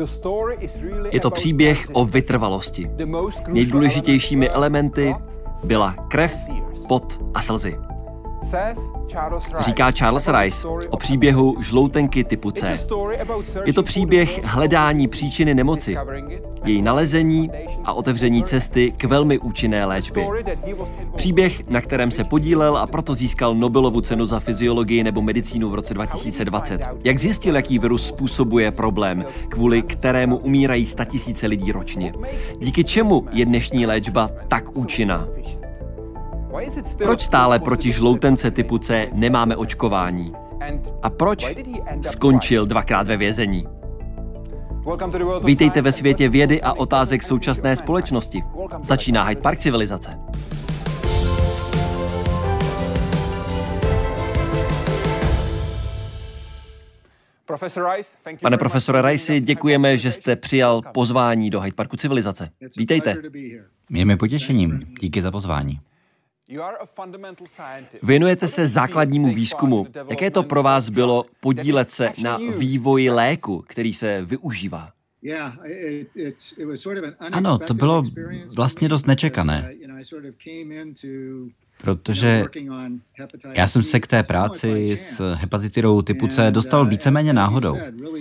Je to příběh o vytrvalosti. Nejdůležitějšími elementy byla krev, pot a slzy. Říká Charles Rice o příběhu žloutenky typu C. Je to příběh hledání příčiny nemoci, její nalezení a otevření cesty k velmi účinné léčbě. Příběh, na kterém se podílel a proto získal Nobelovu cenu za fyziologii nebo medicínu v roce 2020. Jak zjistil, jaký virus způsobuje problém, kvůli kterému umírají statisíce lidí ročně? Díky čemu je dnešní léčba tak účinná? Proč stále proti žloutence typu C nemáme očkování? A proč skončil 2krát ve vězení? Vítejte ve světě vědy a otázek současné společnosti. Začíná Hyde Park civilizace. Pane profesore Ricey, děkujeme, že jste přijal pozvání do Hyde Parku civilizace. Vítejte. Je mi potěšením. Díky za pozvání. Věnujete se základnímu výzkumu. Jaké to pro vás bylo podílet se na vývoji léku, který se využívá? Ano, to bylo vlastně dost nečekané, protože já jsem se k té práci s hepatitidou typu C dostal víceméně náhodou.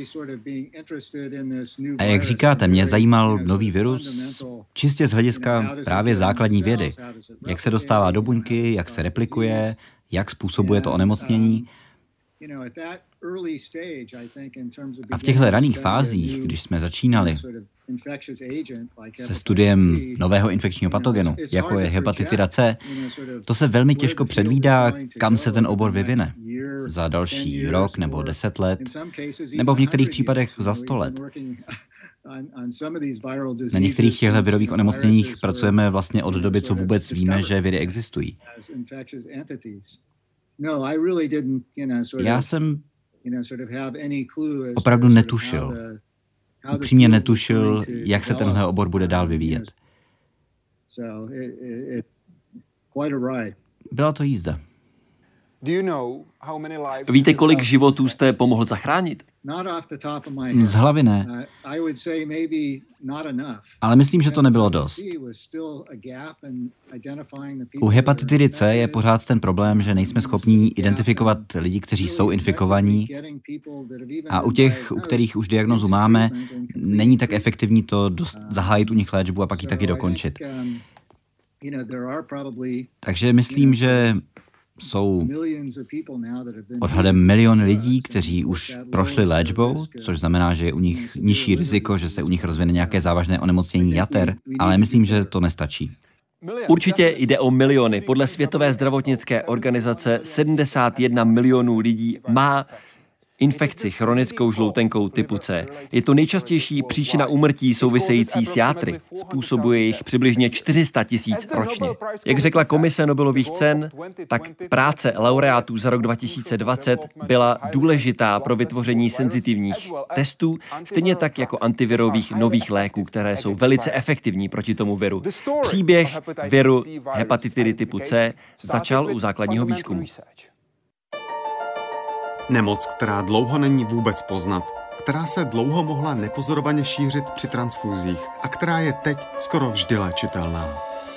A jak říkáte, mě zajímal nový virus čistě z hlediska právě základní vědy. Jak se dostává do buňky, jak se replikuje, jak způsobuje to onemocnění. A v těchto raných fázích, když jsme začínali se studiem nového infekčního patogenu, jako je hepatitida C, to se velmi těžko předvídá, kam se ten obor vyvine. Za další rok nebo 10 let, nebo v některých případech za 100 let. Na některých těchto virových onemocněních pracujeme vlastně od doby, co vůbec víme, že viry existují. Já jsem opravdu netušil. Upřímně netušil, jak se tenhle obor bude dál vyvíjet. Byla to jízda. Víte, kolik životů jste pomohl zachránit? Z hlavy ne. Ale myslím, že to nebylo dost. U hepatitidy C je pořád ten problém, že nejsme schopni identifikovat lidi, kteří jsou infikovaní, a u těch, u kterých už diagnózu máme, není tak efektivní to zahájit u nich léčbu a pak ji taky dokončit. Takže myslím, že jsou odhadem milion lidí, kteří už prošli léčbou, což znamená, že je u nich nižší riziko, že se u nich rozvine nějaké závažné onemocnění jater, ale myslím, že to nestačí. Určitě jde o miliony. Podle Světové zdravotnické organizace 71 milionů lidí má infekci chronickou žloutenkou typu C. Je to nejčastější příčina úmrtí související s játry. Způsobuje jich přibližně 400 000 ročně. Jak řekla Komise Nobelových cen, tak práce laureátů za rok 2020 byla důležitá pro vytvoření senzitivních testů, stejně tak jako antivirových nových léků, které jsou velice efektivní proti tomu viru. Příběh viru hepatitidy typu C začal u základního výzkumu. Nemoc, která dlouho není vůbec poznat, která se dlouho mohla nepozorovaně šířit při transfúzích a která je teď skoro vždy léčitelná.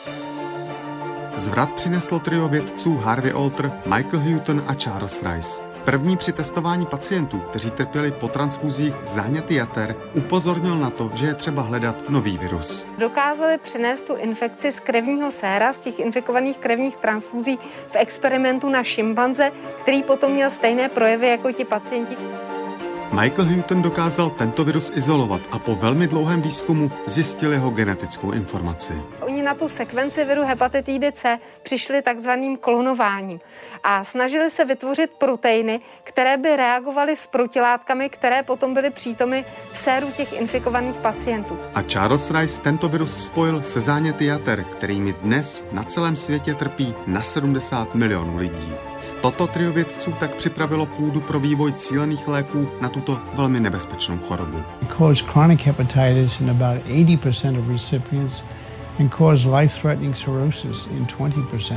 Zvrat přineslo trio vědců Harvey Alter, Michael Houghton a Charles Rice. První při testování pacientů, kteří trpěli po transfúzích záněty jater, upozornil na to, že je třeba hledat nový virus. Dokázali přenést tu infekci z krevního séra, z těch infikovaných krevních transfúzí v experimentu na šimpanze, který potom měl stejné projevy jako ti pacienti. Michael Houghton dokázal tento virus izolovat a po velmi dlouhém výzkumu zjistil jeho genetickou informaci. Oni na tu sekvenci viru hepatitidy C přišli takzvaným klonováním a snažili se vytvořit proteiny, které by reagovaly s protilátkami, které potom byly přítomny v séru těch infikovaných pacientů. A Charles Rice tento virus spojil se záněty jater, kterými dnes na celém světě trpí na 70 milionů lidí. Toto trio vědců tak připravilo půdu pro vývoj cílených léků na tuto velmi nebezpečnou chorobu. Cause chronic hepatitis in about 80% of recipients and cause life-threatening cirrhosis in 20%.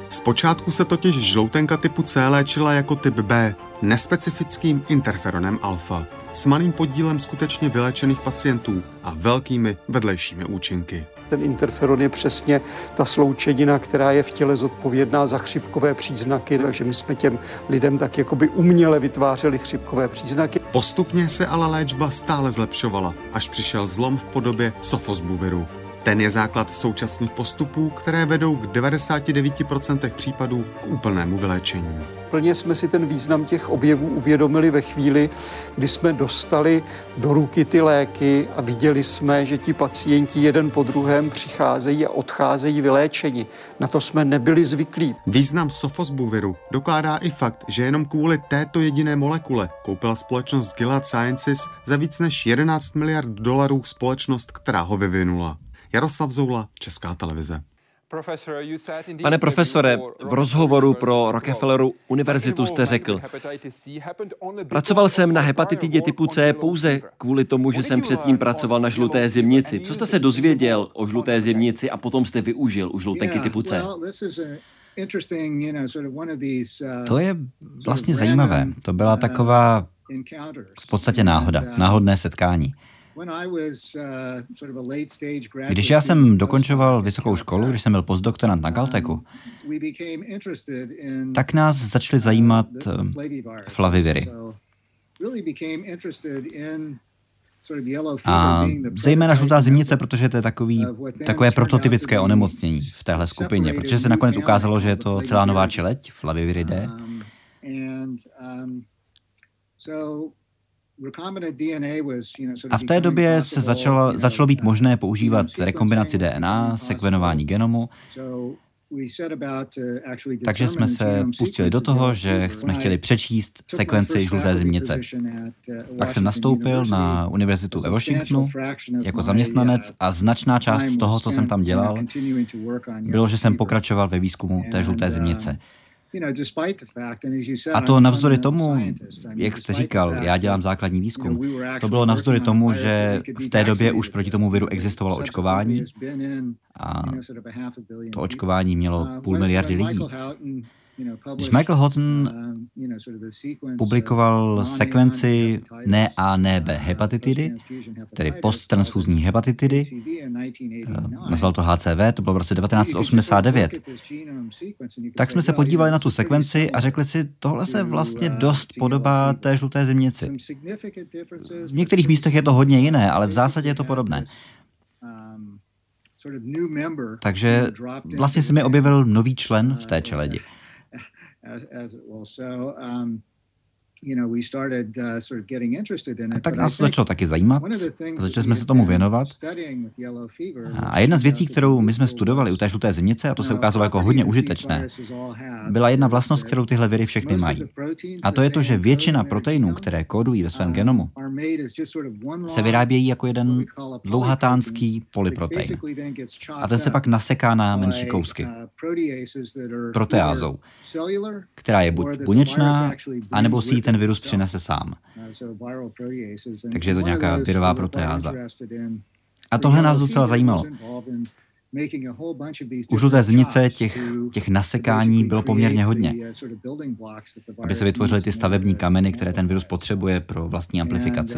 Zpočátku se totiž žloutenka typu C léčila jako typ B, nespecifickým interferonem alfa, s malým podílem skutečně vyléčených pacientů a velkými vedlejšími účinky. Ten interferon je přesně ta sloučenina, která je v těle zodpovědná za chřipkové příznaky, takže my jsme těm lidem tak jakoby uměle vytvářeli chřipkové příznaky. Postupně se ale léčba stále zlepšovala, až přišel zlom v podobě sofosbuviru. Ten je základ současných postupů, které vedou k 99% případů k úplnému vyléčení. Plně jsme si ten význam těch objevů uvědomili ve chvíli, kdy jsme dostali do ruky ty léky a viděli jsme, že ti pacienti jeden po druhém přicházejí a odcházejí vyléčeni. Na to jsme nebyli zvyklí. Význam sofosbuviru dokládá i fakt, že jenom kvůli této jediné molekule koupila společnost Gilead Sciences za víc než 11 miliard dolarů společnost, která ho vyvinula. Jaroslav Zoula, Česká televize. Pane profesore, v rozhovoru pro Rockefelleru univerzitu jste řekl: pracoval jsem na hepatitidě typu C pouze kvůli tomu, že jsem předtím pracoval na žluté zimnici. Co jste se dozvěděl o žluté zimnici a potom jste využil u žloutenky typu C? To je vlastně zajímavé. To byla taková v podstatě náhodné setkání. Když já jsem dokončoval vysokou školu, když jsem byl postdoktorant na Caltechu, tak nás začaly zajímat flaviviry. A zejména žlutá zimnice, protože to je takové prototypické onemocnění v téhle skupině, protože se nakonec ukázalo, že je to celá nová čeleď, flaviviridé. A v té době se začalo být možné používat rekombinaci DNA, sekvenování genomu, takže jsme se pustili do toho, že jsme chtěli přečíst sekvenci žluté zimnice. Pak jsem nastoupil na univerzitu ve Washingtonu jako zaměstnanec a značná část toho, co jsem tam dělal, bylo, že jsem pokračoval ve výzkumu té žluté zimnice. A to navzdory tomu, jak jste říkal, já dělám základní výzkum, to bylo navzdory tomu, že v té době už proti tomu viru existovalo očkování a to očkování mělo 500 miliardy lidí. Když Michael Houghton publikoval sekvenci ne A, ne B hepatitidy, tedy posttransfuzní hepatitidy, nazval to HCV, to bylo v roce 1989, tak jsme se podívali na tu sekvenci a řekli si, tohle se vlastně dost podobá té žluté zimnici. V některých místech je to hodně jiné, ale v zásadě je to podobné. Takže vlastně se mi objevil nový člen v té čeledi. A tak nás to začalo taky zajímat, začali jsme se tomu věnovat. A jedna z věcí, kterou my jsme studovali u té žluté zimnice, a to se ukázalo jako hodně užitečné, byla jedna vlastnost, kterou tyhle viry všechny mají. A to je to, že většina proteinů, které kódují ve svém genomu, se vyrábějí jako jeden dlouhatánský polyprotein. A ten se pak naseká na menší kousky proteázou, která je buď buněčná, anebo si ji ten virus přinese sám. Takže je to nějaká virová proteáza. A tohle nás docela zajímalo. U žluté zimnice těch nasekání bylo poměrně hodně, aby se vytvořily ty stavební kameny, které ten virus potřebuje pro vlastní amplifikaci.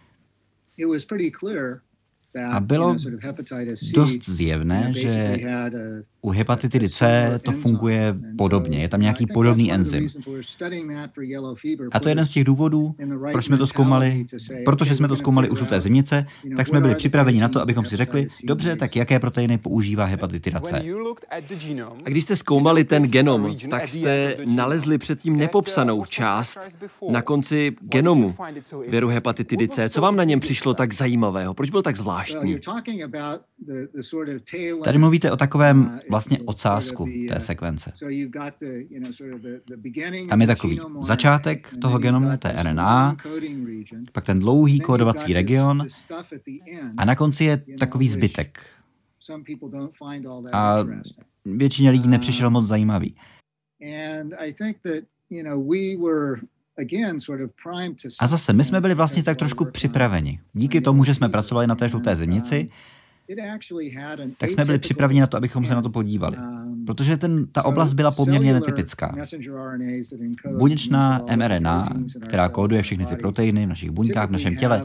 A bylo dost zjevné, že u hepatitidy C to funguje podobně. Je tam nějaký podobný enzym. A to je jeden z těch důvodů, proč jsme to zkoumali, protože jsme to zkoumali u žluté zimnice, tak jsme byli připraveni na to, abychom si řekli, dobře, tak jaké proteiny používá hepatitida C. A když jste zkoumali ten genom, tak jste nalezli předtím nepopsanou část na konci genomu viru hepatitidy C. Co vám na něm přišlo tak zajímavého? Proč byl tak zvláštní? Tady mluvíte o takovém vlastně ocásku té sekvence. Tam je takový začátek toho genomu, té RNA, pak ten dlouhý kódovací region a na konci je takový zbytek. A většině lidí nepřišel moc zajímavý. A zase, my jsme byli vlastně tak trošku připraveni. Díky tomu, že jsme pracovali na té žluté zimnici, tak jsme byli připraveni na to, abychom se na to podívali. Protože ta oblast byla poměrně netypická. Buněčná mRNA, která kóduje všechny ty proteiny v našich buňkách, v našem těle,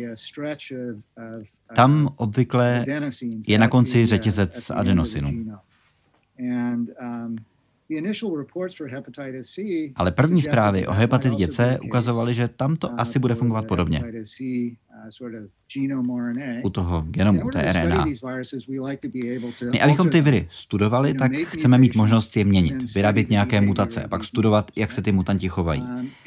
tam obvykle je na konci řetězec adenosinu. Ale první zprávy o hepatitidě C ukazovaly, že tam to asi bude fungovat podobně. U toho genomu, té RNA. My, abychom ty viry studovali, tak chceme mít možnost je měnit, vyrábět nějaké mutace a pak studovat, jak se ty mutanti chovají.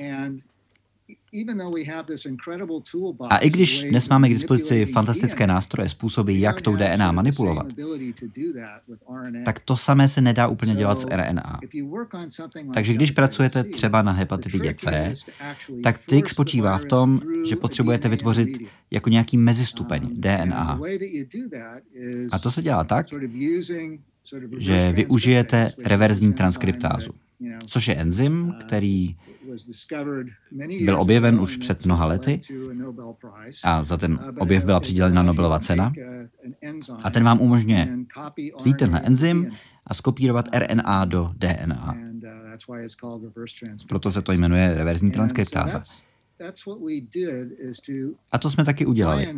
A i když dnes máme k dispozici fantastické nástroje, způsoby, jak tou DNA manipulovat, tak to samé se nedá úplně dělat s RNA. Takže když pracujete třeba na hepatitidě C, tak trik spočívá v tom, že potřebujete vytvořit jako nějaký mezistupeň DNA. A to se dělá tak, že využijete reverzní transkriptázu, což je enzym, který byl objeven už před mnoha lety a za ten objev byla přidělena Nobelova cena. A ten vám umožňuje vzít tenhle enzym a skopírovat RNA do DNA. Proto se to jmenuje reverzní transkriptáza. A to jsme taky udělali.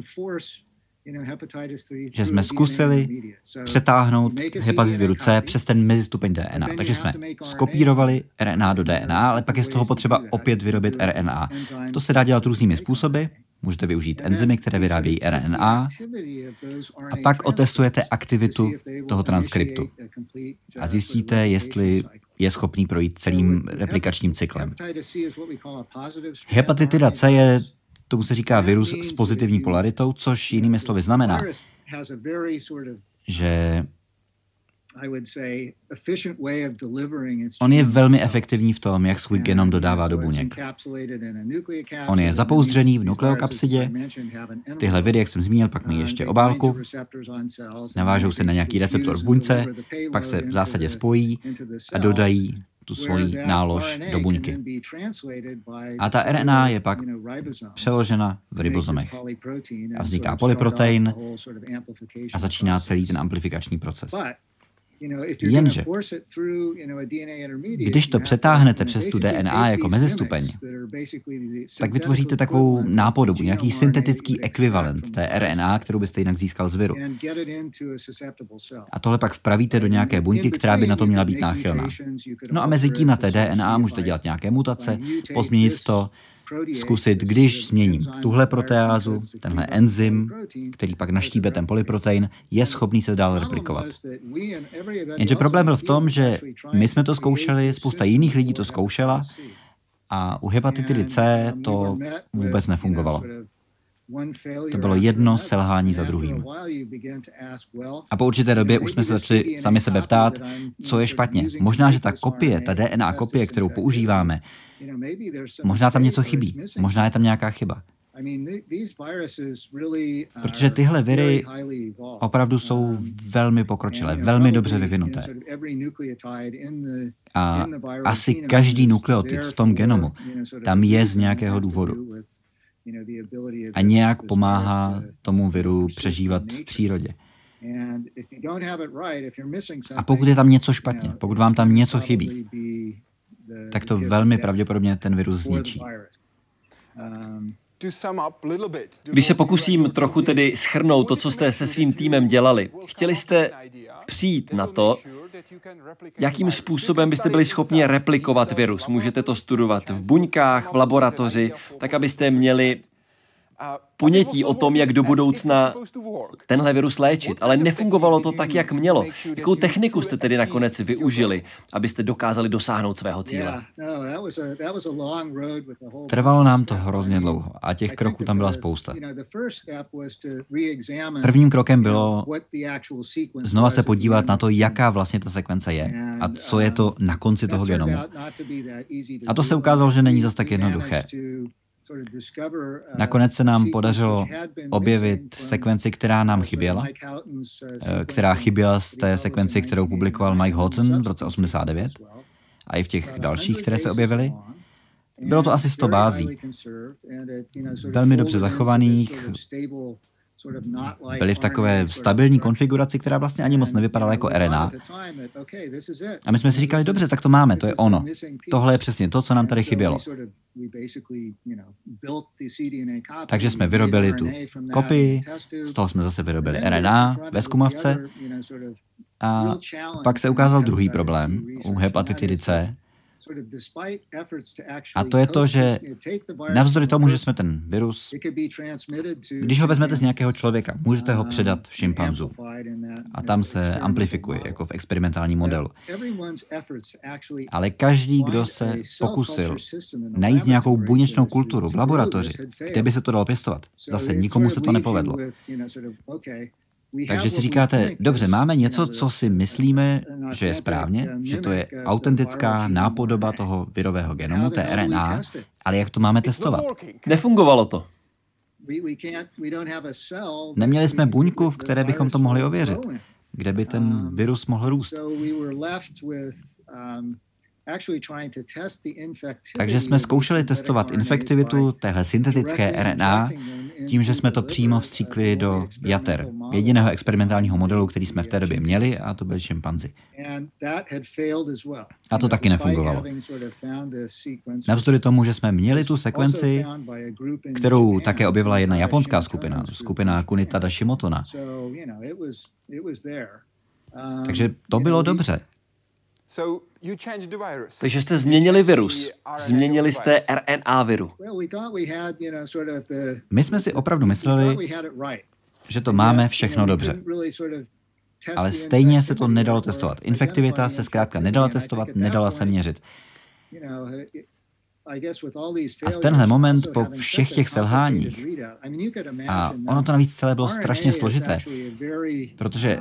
Že jsme zkusili přetáhnout hepatitidu C přes ten mezistupeň DNA. Takže jsme skopírovali RNA do DNA, ale pak je z toho potřeba opět vyrobit RNA. To se dá dělat různými způsoby. Můžete využít enzymy, které vyrábějí RNA, a pak otestujete aktivitu toho transkriptu. A zjistíte, jestli je schopný projít celým replikačním cyklem. Hepatitida C je, tomu se říká virus s pozitivní polaritou, což jinými slovy znamená, že on je velmi efektivní v tom, jak svůj genom dodává do buněk. On je zapouzdřený v nukleokapsidě. Tyhle viry, jak jsem zmínil, pak mají ještě obálku. Navážou se na nějaký receptor v buňce, pak se v zásadě spojí a dodají tu svoji nálož do buňky. A ta RNA je pak přeložena v ribozomech. A vzniká polyprotein a začíná celý ten amplifikační proces. Jenže, když to přetáhnete přes tu DNA jako mezistupeň, tak vytvoříte takovou nápodobu, nějaký syntetický ekvivalent té RNA, kterou byste jinak získal z viru. A tohle pak vpravíte do nějaké buňky, která by na to měla být náchylná. No a mezi tím na té DNA můžete dělat nějaké mutace, pozměnit to, zkusit, když změním tuhle proteázu, tenhle enzym, který pak naštípe ten polyprotein, je schopný se dál replikovat. Jenže problém byl v tom, že my jsme to zkoušeli, spousta jiných lidí to zkoušela a u hepatitidy C to vůbec nefungovalo. To bylo jedno selhání za druhým. A po určité době už jsme se začali sami sebe ptát, co je špatně. Možná, že ta kopie, ta DNA kopie, kterou používáme, možná tam něco chybí. Možná je tam nějaká chyba. Protože tyhle viry opravdu jsou velmi pokročilé, velmi dobře vyvinuté. A asi každý nukleotid v tom genomu tam je z nějakého důvodu. A nějak pomáhá tomu viru přežívat v přírodě. A pokud je tam něco špatně, pokud vám tam něco chybí, tak to velmi pravděpodobně ten virus zničí. Když se pokusím trochu tedy shrnout to, co jste se svým týmem dělali, chtěli jste přijít na to, jakým způsobem byste byli schopni replikovat virus. Můžete to studovat v buňkách, v laboratoři, tak abyste měli ponětí o tom, jak do budoucna tenhle virus léčit. Ale nefungovalo to tak, jak mělo. Jakou techniku jste tedy nakonec využili, abyste dokázali dosáhnout svého cíle? Trvalo nám to hrozně dlouho a těch kroků tam byla spousta. Prvním krokem bylo znova se podívat na to, jaká vlastně ta sekvence je a co je to na konci toho genomu. A to se ukázalo, že není zas tak jednoduché. Nakonec se nám podařilo objevit sekvenci, která nám chyběla, která chyběla z té sekvenci, kterou publikoval Mike Hodson v roce 89 a i v těch dalších, které se objevily. Bylo to asi 100 bází, velmi dobře zachovaných, byly v takové stabilní konfiguraci, která vlastně ani moc nevypadala jako RNA. A my jsme si říkali, dobře, tak to máme, to je ono. Tohle je přesně to, co nám tady chybělo. Takže jsme vyrobili tu kopii, z toho jsme zase vyrobili RNA ve zkumavce a pak se ukázal druhý problém u hepatitidy C. A to je to, že navzdory tomu, že jsme ten virus, když ho vezmete z nějakého člověka, můžete ho předat šimpanzu a tam se amplifikuje, jako v experimentálním modelu. Ale každý, kdo se pokusil najít nějakou buněčnou kulturu v laboratoři, kde by se to dalo pěstovat, zase nikomu se to nepovedlo. Takže si říkáte, dobře, máme něco, co si myslíme, že je správně, že to je autentická nápodoba toho virového genomu, té RNA, ale jak to máme testovat? Nefungovalo to. Neměli jsme buňku, v které bychom to mohli ověřit, kde by ten virus mohl růst. Takže jsme zkoušeli testovat infektivitu téhle syntetické RNA tím, že jsme to přímo vstříkli do jater, jediného experimentálního modelu, který jsme v té době měli, a to byli šimpanzi. A to taky nefungovalo. Navzdory tomu, že jsme měli tu sekvenci, kterou také objevila jedna japonská skupina Kunitada Shimotona. Takže to bylo dobře. Takže jste změnili virus. Změnili jste RNA viru. My jsme si opravdu mysleli, že to máme všechno dobře. Ale stejně se to nedalo testovat. Infektivita se zkrátka nedala testovat, nedala se měřit. A v tenhle moment po všech těch selháních, a ono to navíc celé bylo strašně složité, protože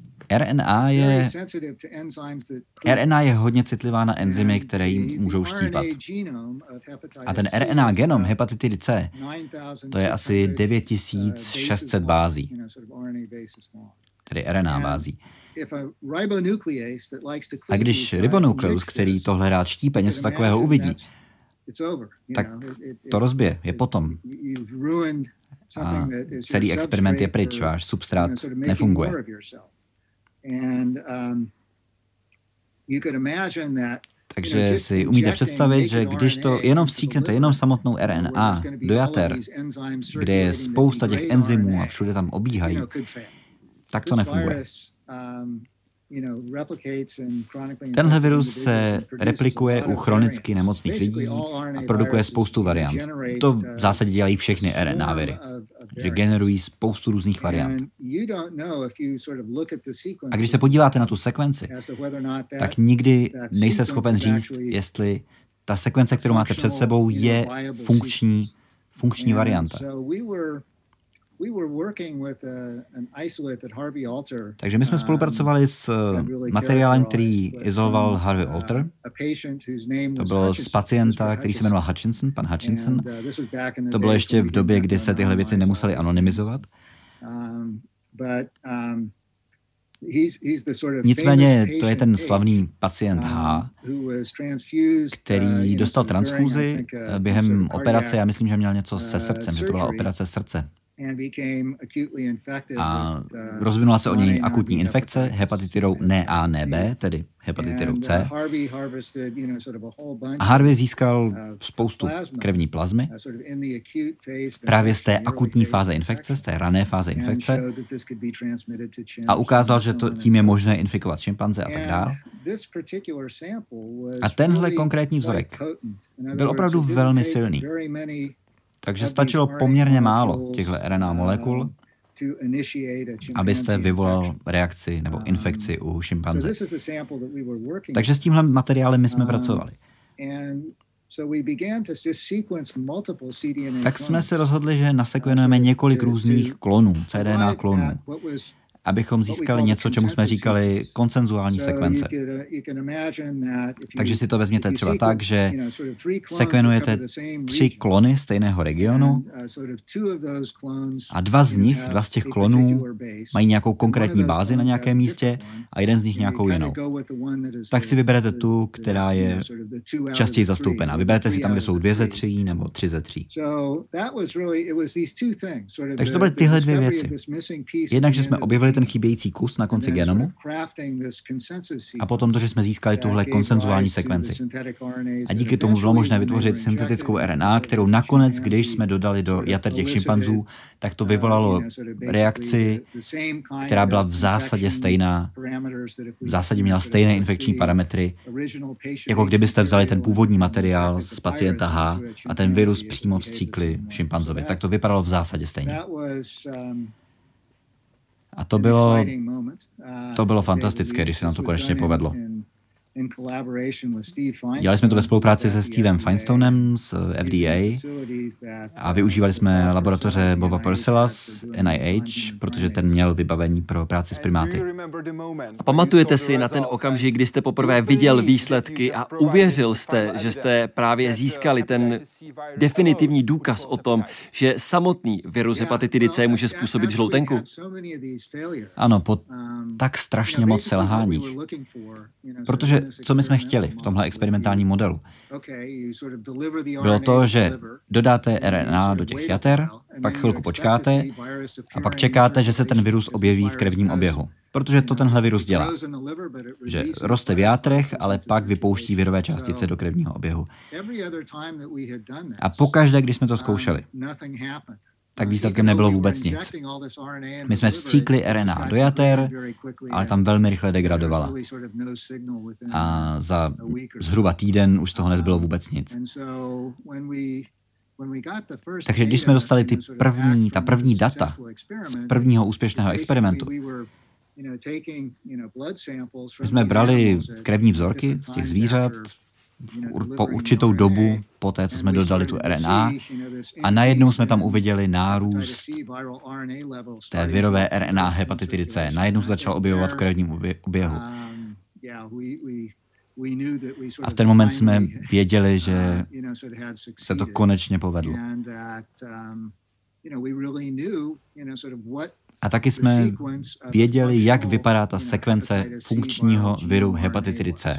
RNA je hodně citlivá na enzymy, které jim můžou štípat. A ten RNA genom hepatitidy C, to je asi 9600 bází, tedy RNA bází. A když ribonukleus, který tohle rád štípe, něco takového uvidí, tak to rozbije, je potom. A celý experiment je pryč, váš substrát nefunguje. Takže si umíte představit, že když to jenom vstříknete, jenom samotnou RNA do jater, kde je spousta těch enzymů a všude tam obíhají, tak to nefunguje. Tenhle virus se replikuje u chronicky nemocných lidí a produkuje spoustu variant. To v zásadě dělají všechny RNA viry, že generují spoustu různých variant. A když se podíváte na tu sekvenci, tak nikdy nejste schopen říct, jestli ta sekvence, kterou máte před sebou, je funkční varianta. Takže my jsme spolupracovali s materiálem, který izoloval Harvey Alter. To bylo z pacienta, který se jmenoval Hutchinson, pan Hutchinson. To bylo ještě v době, kdy se tyhle věci nemusely anonymizovat. Nicméně to je ten slavný pacient H, který dostal transfúzi během operace, já myslím, že měl něco se srdcem, že to byla operace srdce. A rozvinula se o něj akutní infekce hepatitidou ne A, ne B, tedy hepatitidou C. A Harvey získal spoustu krevní plazmy právě z té akutní fáze infekce, z té rané fáze infekce a ukázal, že tím je možné infikovat šimpanze a tak dále. A tenhle konkrétní vzorek byl opravdu velmi silný. Takže stačilo poměrně málo těchto RNA molekul, abyste vyvolal reakci nebo infekci u šimpanze. Takže s tímhle materiálem my jsme pracovali. Tak jsme se rozhodli, že nasekvenujeme několik různých klonů, cDNA klonů. abychom získali něco, čemu jsme říkali konsenzuální sekvence. Takže si to vezměte třeba tak, že sekvenujete 3 klony stejného regionu a dva z těch klonů mají nějakou konkrétní bázi na nějakém místě a jeden z nich nějakou jinou. Tak si vyberete tu, která je častěji zastoupená. Vyberete si tam, kde jsou 2 ze 3 nebo 3 ze 3. Takže to byly tyhle 2 věci. Jednak, že jsme objevili ten chybějící kus na konci genomu a potom to, že jsme získali tuhle konsenzuální sekvenci. A díky tomu bylo možné vytvořit syntetickou RNA, kterou nakonec, když jsme dodali do jater těch šimpanzů, tak to vyvolalo reakci, která byla v zásadě stejná, v zásadě měla stejné infekční parametry, jako kdybyste vzali ten původní materiál z pacienta H a ten virus přímo vstříkli šimpanzovi. Tak to vypadalo v zásadě stejně. A to bylo fantastické, když se nám to konečně povedlo. Dělali jsme to ve spolupráci se Stevem Feinsteinem z FDA a využívali jsme laboratoře Boba Purcella z NIH, protože ten měl vybavení pro práci s primáty. A pamatujete si na ten okamžik, kdy jste poprvé viděl výsledky a uvěřil jste, že jste právě získali ten definitivní důkaz o tom, že samotný virus hepatitidy C může způsobit žloutenku? Ano, po tak strašně moc selháních. Protože co my jsme chtěli v tomhle experimentálním modelu? Bylo to, že dodáte RNA do těch jater, pak chvilku počkáte a pak čekáte, že se ten virus objeví v krevním oběhu. Protože to tenhle virus dělá. Že roste v játrech, ale pak vypouští virové částice do krevního oběhu. A pokaždé, když jsme to zkoušeli, tak výsledkem nebylo vůbec nic. My jsme vstříkli RNA do jater, ale tam velmi rychle degradovala. A za zhruba týden už z toho nezbylo vůbec nic. Takže když jsme dostali ta první data z prvního úspěšného experimentu, my jsme brali krevní vzorky z těch zvířat po určitou dobu, po té, co jsme dodali tu RNA, a najednou jsme tam uviděli nárůst té virové RNA hepatitidy C. Najednou se začal objevovat v krevním oběhu. A v ten moment jsme věděli, že se to konečně povedlo. A taky jsme věděli, jak vypadá ta sekvence funkčního viru hepatitidy C.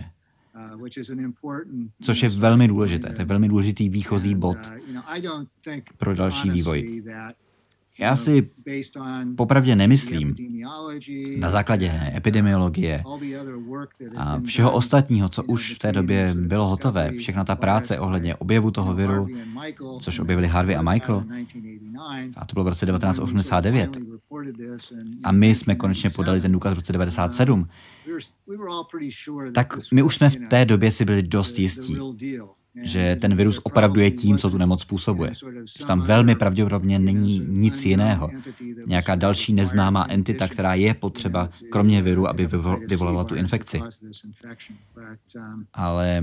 Což je velmi důležité. To je velmi důležitý výchozí bod pro další vývoj. Já si popravdě nemyslím, na základě epidemiologie a všeho ostatního, co už v té době bylo hotové, všechna ta práce ohledně objevu toho viru, což objevili Harvey a Michael, a to bylo v roce 1989, a my jsme konečně podali ten důkaz v roce 1997, tak my už jsme v té době si byli dost jistí, že ten virus opravdu je tím, co tu nemoc způsobuje. Že tam velmi pravděpodobně není nic jiného. Nějaká další neznámá entita, která je potřeba, kromě viru, aby vyvolala tu infekci. Ale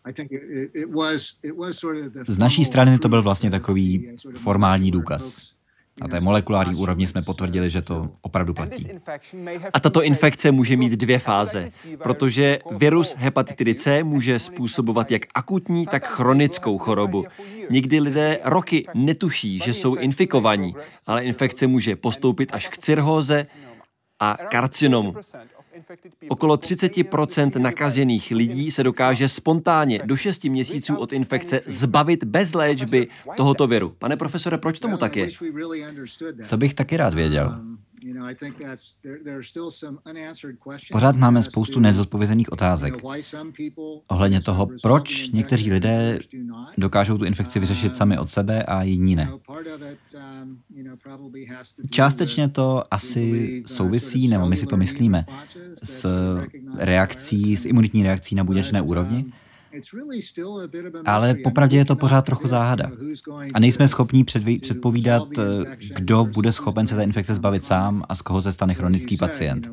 z naší strany to byl vlastně takový formální důkaz. Na té molekulární úrovni jsme potvrdili, že to opravdu platí. A tato infekce může mít 2 fáze, protože virus hepatitidy C může způsobovat jak akutní, tak chronickou chorobu. Někdy lidé roky netuší, že jsou infikovaní, ale infekce může postoupit až k cirhóze a karcinomu. Okolo 30% nakažených lidí se dokáže spontánně do 6 měsíců od infekce zbavit bez léčby tohoto viru. Pane profesore, proč tomu tak je? To bych taky rád věděl. Pořád máme spoustu nezodpovězených otázek ohledně toho, proč někteří lidé dokážou tu infekci vyřešit sami od sebe a jiní ne. Částečně to asi souvisí, nebo my si to myslíme, s imunitní reakcí na buněčné úrovni, ale popravdě je to pořád trochu záhada. A nejsme schopni předpovídat, kdo bude schopen se té infekce zbavit sám a z koho se stane chronický pacient.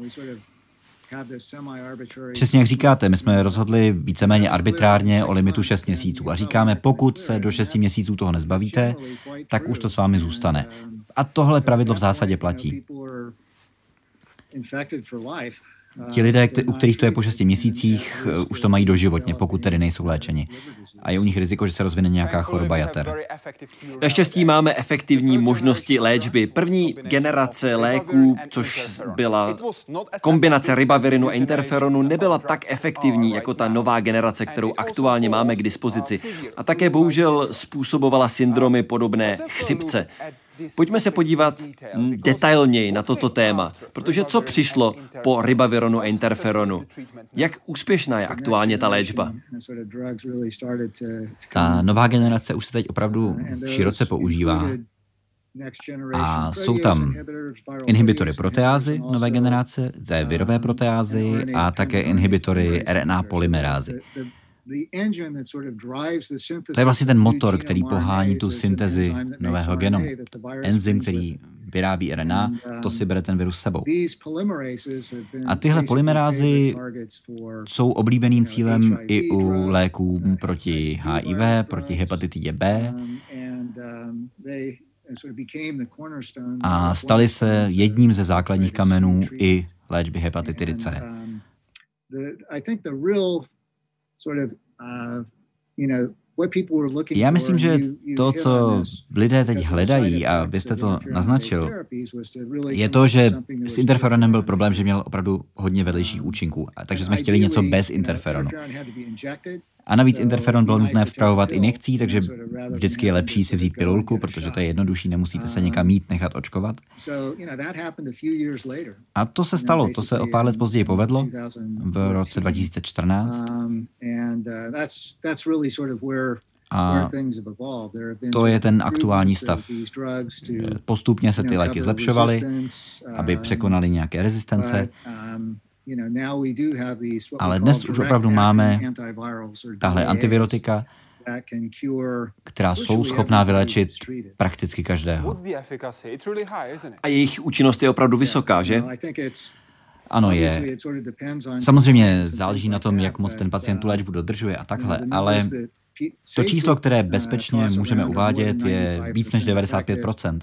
Přesně jak říkáte, my jsme rozhodli víceméně arbitrárně o limitu 6 měsíců a říkáme, pokud se do 6 měsíců toho nezbavíte, tak už to s vámi zůstane. A tohle pravidlo v zásadě platí. Ti lidé, u kterých to je po 6 měsících, už to mají doživotně, pokud tedy nejsou léčeni. A je u nich riziko, že se rozvine nějaká choroba jater. Naštěstí máme efektivní možnosti léčby. První generace léků, což byla kombinace ribavirinu a interferonu, nebyla tak efektivní jako ta nová generace, kterou aktuálně máme k dispozici. A také bohužel způsobovala syndromy podobné chřipce. Pojďme se podívat detailněji na toto téma, protože co přišlo po ribavironu a interferonu? Jak úspěšná je aktuálně ta léčba? Ta nová generace už se teď opravdu široce používá a jsou tam inhibitory proteázy nové generace, té virové proteázy a také inhibitory RNA polymerázy. To je vlastně ten motor, který pohání tu syntézi nového genomu. Enzym, který vyrábí RNA, to si bere ten virus sebou. A tyhle polymerázy jsou oblíbeným cílem i u léků proti HIV, proti hepatitidě B a staly se jedním ze základních kamenů i léčby hepatitidy C. Já myslím, že to, co lidé teď hledají, a vy jste to naznačil, je to, že s interferonem byl problém, že měl opravdu hodně vedlejších účinků, takže jsme chtěli něco bez interferonu. A navíc interferon bylo nutné vpravovat injekcí, takže vždycky je lepší si vzít pilulku, protože to je jednodušší, nemusíte se někam jít nechat očkovat. A to se stalo, to se o pár let později povedlo, v roce 2014. A to je ten aktuální stav. Postupně se ty léky zlepšovaly, aby překonaly nějaké rezistence. Ale dnes už opravdu máme tahle antivirotika, která jsou schopná vyléčit prakticky každého. A jejich účinnost je opravdu vysoká, že? Ano, je. Samozřejmě záleží na tom, jak moc ten pacient tu léčbu dodržuje a takhle, ale to číslo, které bezpečně můžeme uvádět, je víc než 95%.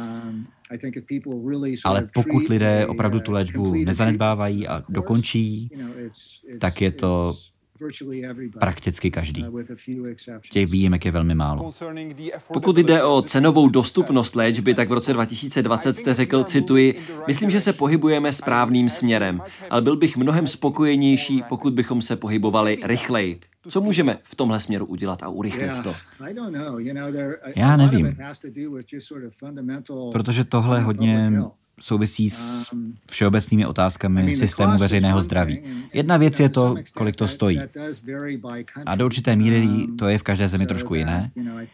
Ale pokud lidé opravdu tu léčbu nezanedbávají a dokončí, tak je to prakticky každý. Těch výjimek je velmi málo. Pokud jde o cenovou dostupnost léčby, tak v roce 2020 jste řekl, cituji, myslím, že se pohybujeme správným směrem, ale byl bych mnohem spokojenější, pokud bychom se pohybovali rychleji. Co můžeme v tomhle směru udělat a urychlit to? Já nevím, protože tohle hodně souvisí s všeobecnými otázkami systému veřejného zdraví. Jedna věc je to, kolik to stojí. A do určité míry to je v každé zemi trošku jiné,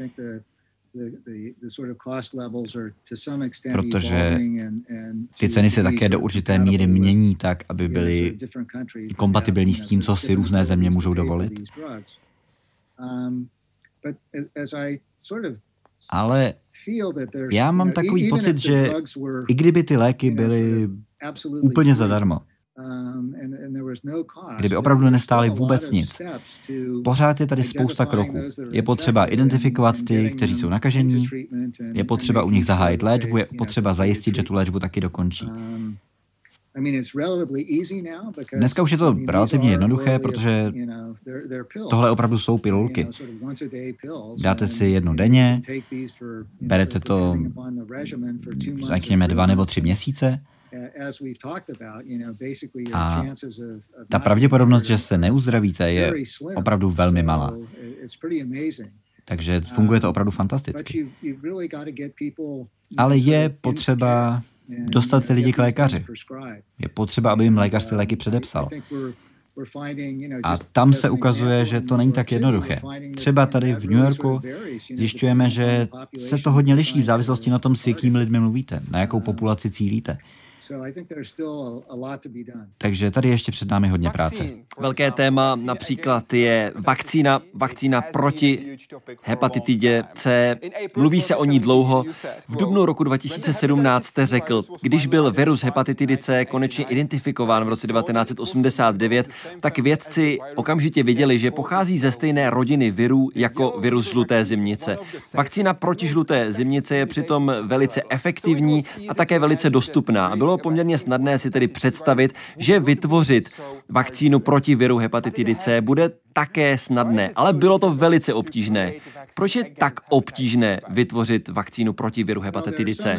protože ty ceny se také do určité míry mění tak, aby byly kompatibilní s tím, co si různé země můžou dovolit. Ale já mám takový pocit, že i kdyby ty léky byly úplně zadarmo, kdyby opravdu nestály vůbec nic, pořád je tady spousta kroků. Je potřeba identifikovat ty, kteří jsou nakažení, je potřeba u nich zahájit léčbu, je potřeba zajistit, že tu léčbu taky dokončí. Dneska už je to relativně jednoduché, protože tohle opravdu jsou pilulky. Dáte si jednu denně, berete to, řekněme, 2 nebo 3 měsíce a ta pravděpodobnost, že se neuzdravíte, je opravdu velmi malá. Takže funguje to opravdu fantasticky. Ale je potřeba dostat ty lidi k lékaři. Je potřeba, aby jim lékař ty léky předepsal. A tam se ukazuje, že to není tak jednoduché. Třeba tady v New Yorku zjišťujeme, že se to hodně liší v závislosti na tom, s jakými lidmi mluvíte, na jakou populaci cílíte. Takže tady ještě před námi hodně práce. Velké téma například je vakcína proti hepatitidě C. Mluví se o ní dlouho. V dubnu roku 2017 jste řekl, když byl virus hepatitidy C konečně identifikován v roce 1989, tak vědci okamžitě viděli, že pochází ze stejné rodiny virů jako virus žluté zimnice. Vakcína proti žluté zimnice je přitom velice efektivní a také velice dostupná. Bylo bylo poměrně snadné si tedy představit, že vytvořit vakcínu proti viru hepatitidy C bude také snadné, ale bylo to velice obtížné. Proč je tak obtížné vytvořit vakcínu proti viru hepatitidy C?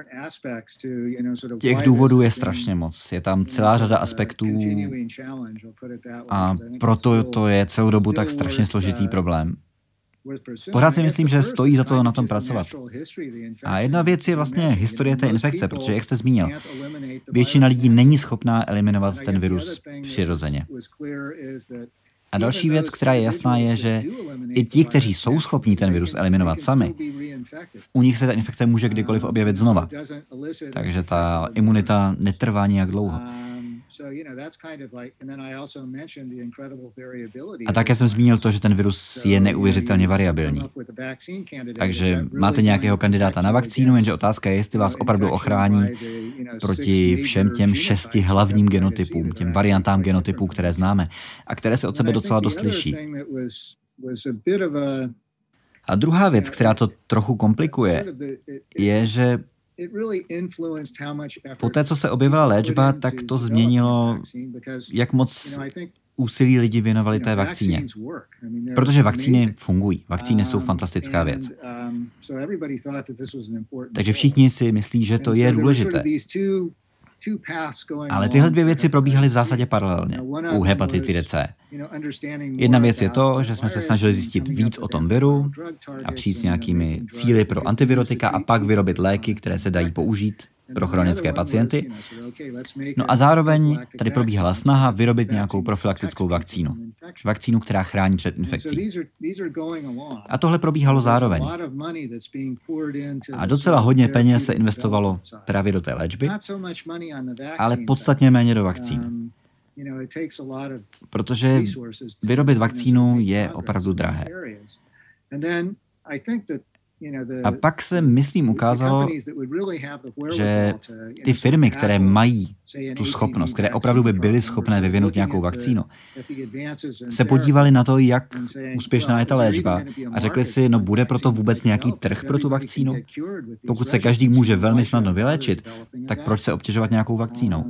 Těch důvodů je strašně moc. Je tam celá řada aspektů a proto to je celou dobu tak strašně složitý problém. Pořád si myslím, že stojí za to na tom pracovat. A jedna věc je vlastně historie té infekce, protože, jak jste zmínil, většina lidí není schopná eliminovat ten virus přirozeně. A další věc, která je jasná, je, že i ti, kteří jsou schopní ten virus eliminovat sami, u nich se ta infekce může kdykoliv objevit znova. Takže ta imunita netrvá nijak dlouho. A také jsem zmínil to, že ten virus je neuvěřitelně variabilní. Takže máte nějakého kandidáta na vakcínu, jenže otázka je, jestli vás opravdu ochrání proti všem těm 6 hlavním genotypům, těm variantám genotypů, které známe a které se od sebe docela dost liší. A druhá věc, která to trochu komplikuje, je, že poté, co se objevila léčba, tak to změnilo, jak moc úsilí lidi věnovali té vakcíně. Protože vakcíny fungují. Vakcíny jsou fantastická věc. Takže všichni si myslí, že to je důležité. Ale tyhle dvě věci probíhaly v zásadě paralelně u hepatitidy C. Jedna věc je to, že jsme se snažili zjistit víc o tom viru a přijít s nějakými cíli pro antivirotika a pak vyrobit léky, které se dají použít pro chronické pacienty. No a zároveň tady probíhala snaha vyrobit nějakou profylaktickou vakcínu. Vakcínu, která chrání před infekcí. A tohle probíhalo zároveň. A docela hodně peněz se investovalo právě do té léčby, ale podstatně méně do vakcín. Protože vyrobit vakcínu je opravdu drahé. A pak se, myslím, ukázalo, že ty firmy, které mají tu schopnost, které opravdu by byly schopné vyvinout nějakou vakcínu, se podívali na to, jak úspěšná je ta léčba a řekli si, no bude proto vůbec nějaký trh pro tu vakcínu? Pokud se každý může velmi snadno vyléčit, tak proč se obtěžovat nějakou vakcínou?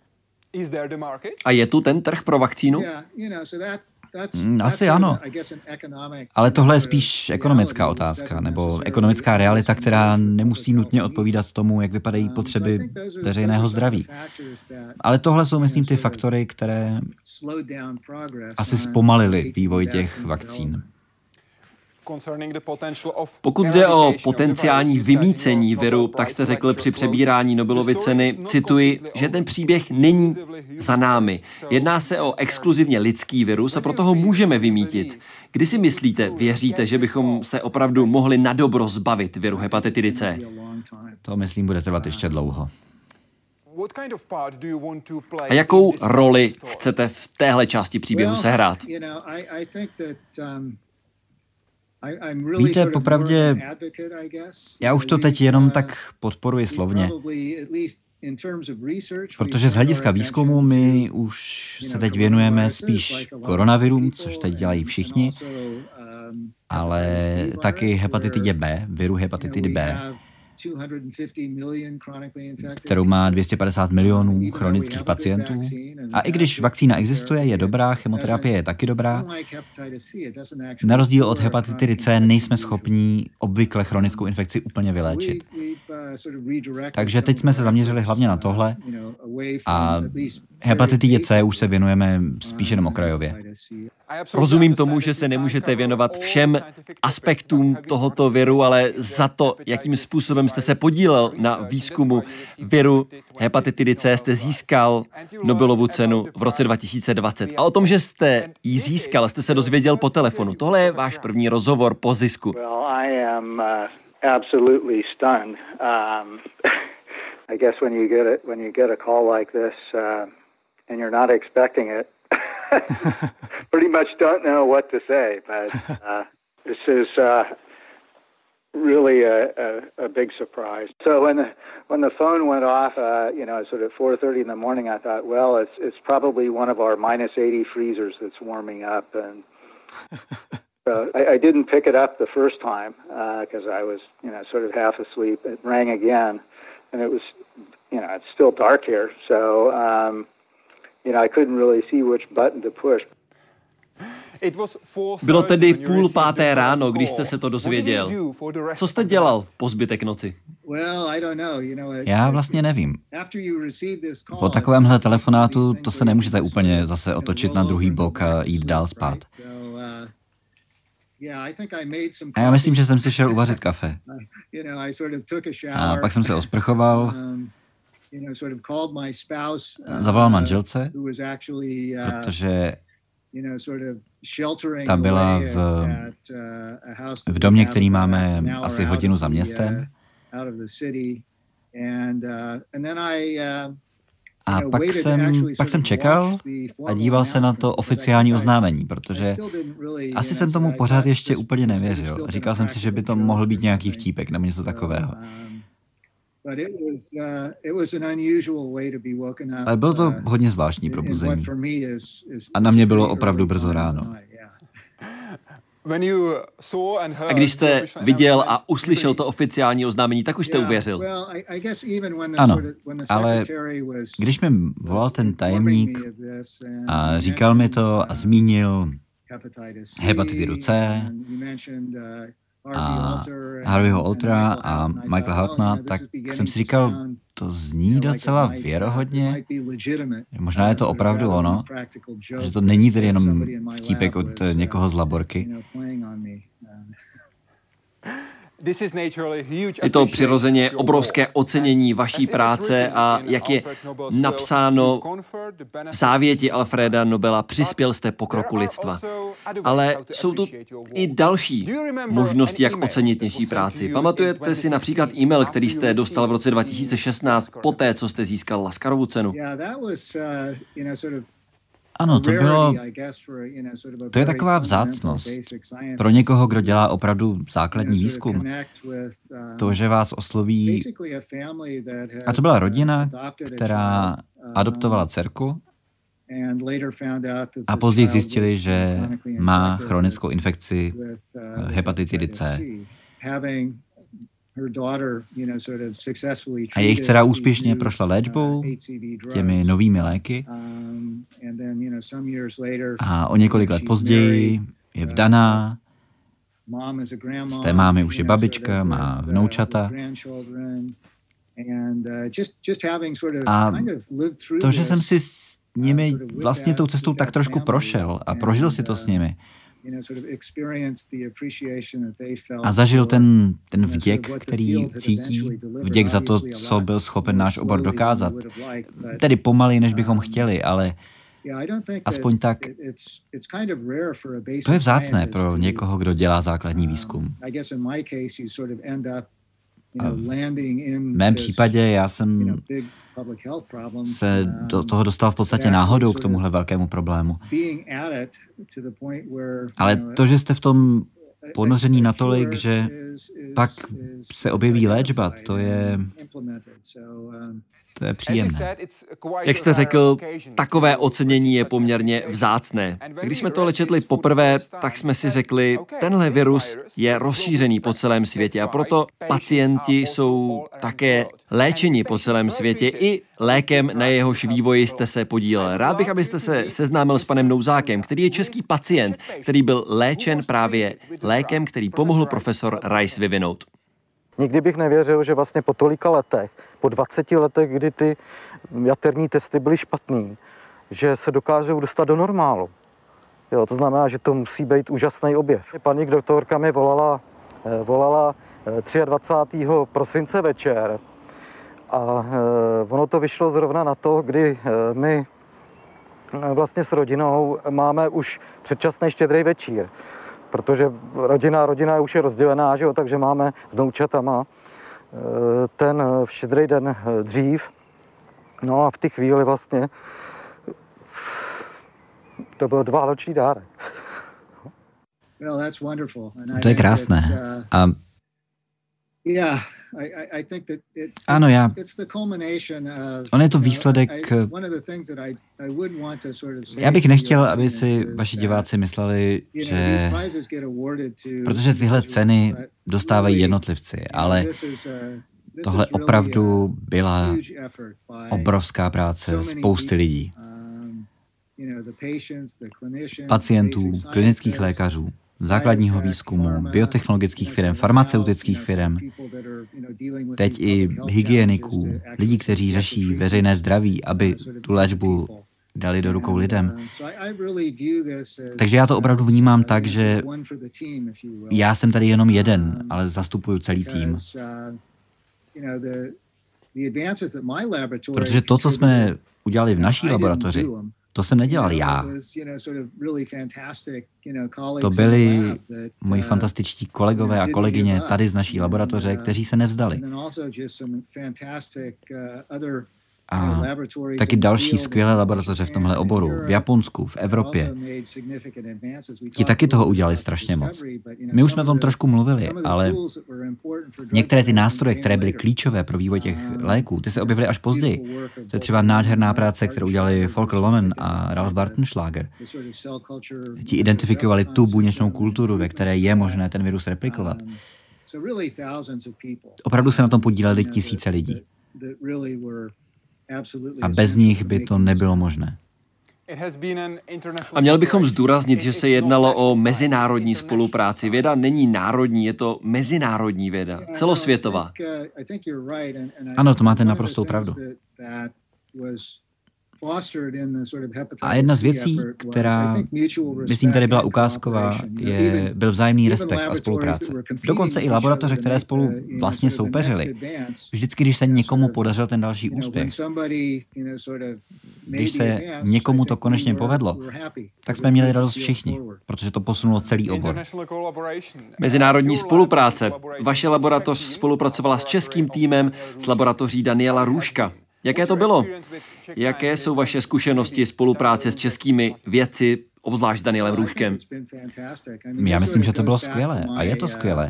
A je tu ten trh pro vakcínu? Asi ano, ale tohle je spíš ekonomická otázka, nebo ekonomická realita, která nemusí nutně odpovídat tomu, jak vypadají potřeby veřejného zdraví. Ale tohle jsou, myslím, ty faktory, které asi zpomalily vývoj těch vakcín. Pokud jde o potenciální vymýcení viru, tak jste řekl při přebírání Nobelovy ceny, cituji, že ten příběh není za námi. Jedná se o exkluzivně lidský virus a proto ho můžeme vymýtit. Kdy si myslíte, věříte, že bychom se opravdu mohli nadobro zbavit viru hepatitidy C? To, myslím, bude trvat ještě dlouho. A jakou roli chcete v téhle části příběhu sehrát? Víte, popravdě, já už to teď jenom tak podporuji slovně, protože z hlediska výzkumu my už se teď věnujeme spíš koronavirům, což teď dělají všichni, ale taky hepatitidě B, viru hepatitidy B, kterou má 250 milionů chronických pacientů. A i když vakcína existuje, je dobrá, chemoterapie je taky dobrá, na rozdíl od hepatitidy C nejsme schopní obvykle chronickou infekci úplně vyléčit. Takže teď jsme se zaměřili hlavně na tohle a hepatitidě C už se věnujeme spíš jenom okrajově. Rozumím tomu, že se nemůžete věnovat všem aspektům tohoto viru, ale za to, jakým způsobem jste se podílel na výzkumu viru hepatitidy C, jste získal Nobelovu cenu v roce 2020. A o tom, že jste ji získal, jste se dozvěděl po telefonu. Tohle je váš první rozhovor po zisku. Absolutely stunned. I guess when you get a call like this and you're not expecting it, pretty much don't know what to say. But this is really a big surprise. So when the phone went off, sort of 4:30 in the morning, I thought, well, it's probably one of our -80 freezers that's warming up and. So I didn't pick it up the first time because I was, sort of half asleep. It rang again, and it was it's still dark here, so I couldn't really see which button to push. Bylo tedy 4:30 ráno, když jste se to dozvěděl. Co jste dělal po zbytek noci? Já vlastně nevím. Po takovémhle telefonátu to se nemůžete úplně zase otočit na druhý bok a jít dál spát. A já myslím, že jsem si šel uvařit kafe. A pak jsem se osprchoval, zavolal manželce, protože ta byla v domě, který máme asi hodinu za městem. A pak jsem čekal a díval se na to oficiální oznámení, protože asi jsem tomu pořád ještě úplně nevěřil. Říkal jsem si, že by to mohl být nějaký vtípek nebo něco takového. Ale bylo to hodně zvláštní probuzení. A na mě bylo opravdu brzo ráno. A když jste viděl a uslyšel to oficiální oznámení, tak už jste uvěřil. Ano, ale když mi volal ten tajemník a říkal mi to a zmínil hepatitidu C a Harveyho Oltera a Michaela Houghtona, tak jsem si říkal, to zní docela věrohodně. Možná je to opravdu ono, že to není tedy jenom vtípek od někoho z laborky. Je to přirozeně obrovské ocenění vaší práce a jak je napsáno v závěti Alfreda Nobela, přispěl jste pokroku lidstva. Ale jsou tu i další možnosti, jak ocenit nější práci. Pamatujete si například e-mail, který jste dostal v roce 2016 poté, co jste získal Laskarovu cenu? Ano, to je taková vzácnost pro někoho, kdo dělá opravdu základní výzkum. To, že vás osloví, a to byla rodina, která adoptovala dcerku a později zjistili, že má chronickou infekci hepatitidy C. A jejich dcera úspěšně prošla léčbou těmi novými léky a o několik let později je vdaná, z té mámy už je babička, má vnoučata. A to, že jsem si s nimi vlastně tou cestou tak trošku prošel a prožil si to s nimi, a zažil ten vděk, který cítí, vděk za to, co byl schopen náš obor dokázat. Tedy pomaleji, než bychom chtěli, ale aspoň tak. To je vzácné pro někoho, kdo dělá základní výzkum. V mém případě já jsem se do toho dostal v podstatě náhodou k tomuhle velkému problému. Ale to, že jste v tom ponořený natolik, že pak se objeví léčba, to je příjemné. Jak jste řekl, takové ocenění je poměrně vzácné. Když jsme tohle četli poprvé, tak jsme si řekli, tenhle virus je rozšířený po celém světě a proto pacienti jsou také léčeni po celém světě i lékem, na jehož vývoji jste se podílel. Rád bych, abyste se seznámil s panem Nouzákem, který je český pacient, který byl léčen právě lékem, který pomohl profesor Rice vyvinout. Nikdy bych nevěřil, že vlastně po tolika letech, po 20 letech, kdy ty jaterní testy byly špatný, že se dokážou dostat do normálu. Jo, to znamená, že to musí být úžasný objev. Paní doktorka mi volala 23. prosince večer a ono to vyšlo zrovna na to, kdy my vlastně s rodinou máme už předčasný štědrý večír. Protože rodina už je rozdělená, že jo, takže máme s vnoučatama ten štědrý den dřív. No a v té chvíli vlastně to byl vánoční dárek. To je krásné. A ano, on je to výsledek. Já bych nechtěl, aby si vaši diváci mysleli, že protože tyhle ceny dostávají jednotlivci, ale Tohle opravdu byla obrovská práce spousty lidí. Pacientů, klinických lékařů, základního výzkumu, biotechnologických firm, farmaceutických firm, teď i hygieniků, lidí, kteří řeší veřejné zdraví, aby tu léčbu dali do rukou lidem. Takže já to opravdu vnímám tak, že já jsem tady jenom jeden, ale zastupuju celý tým. Protože to, co jsme udělali v naší laboratoři, to jsem nedělal já. To byli moji fantastičtí kolegové a kolegyně tady z naší laboratoře, kteří se nevzdali. A taky další skvělé laboratoře v tomhle oboru, v Japonsku, v Evropě. Ti taky toho udělali strašně moc. My už jsme o tom trošku mluvili, ale některé ty nástroje, které byly klíčové pro vývoj těch léků, ty se objevily až později. To je třeba nádherná práce, kterou udělali Volker Lohmann a Ralf Bartenschlager. Ti identifikovali tu buněčnou kulturu, ve které je možné ten virus replikovat. Opravdu se na tom podíleli tisíce lidí. A bez nich by to nebylo možné. A měli bychom zdůraznit, že se jednalo o mezinárodní spolupráci. Věda není národní, je to mezinárodní věda, celosvětová. Ano, to máte naprostou pravdu. A jedna z věcí, která, myslím, tady byla ukázková, byl vzájemný respekt a spolupráce. Dokonce i laboratoře, které spolu vlastně soupeřily. Vždycky, když se někomu podařil ten další úspěch, když se někomu to konečně povedlo, tak jsme měli radost všichni, protože to posunulo celý obor. Mezinárodní spolupráce. Vaše laboratoř spolupracovala s českým týmem, s laboratoří Daniela Růžka. Jaké to bylo? Jaké jsou vaše zkušenosti spolupráce s českými vědci, obzvlášť s Danielem Růžkem? Já myslím, že to bylo skvělé a je to skvělé.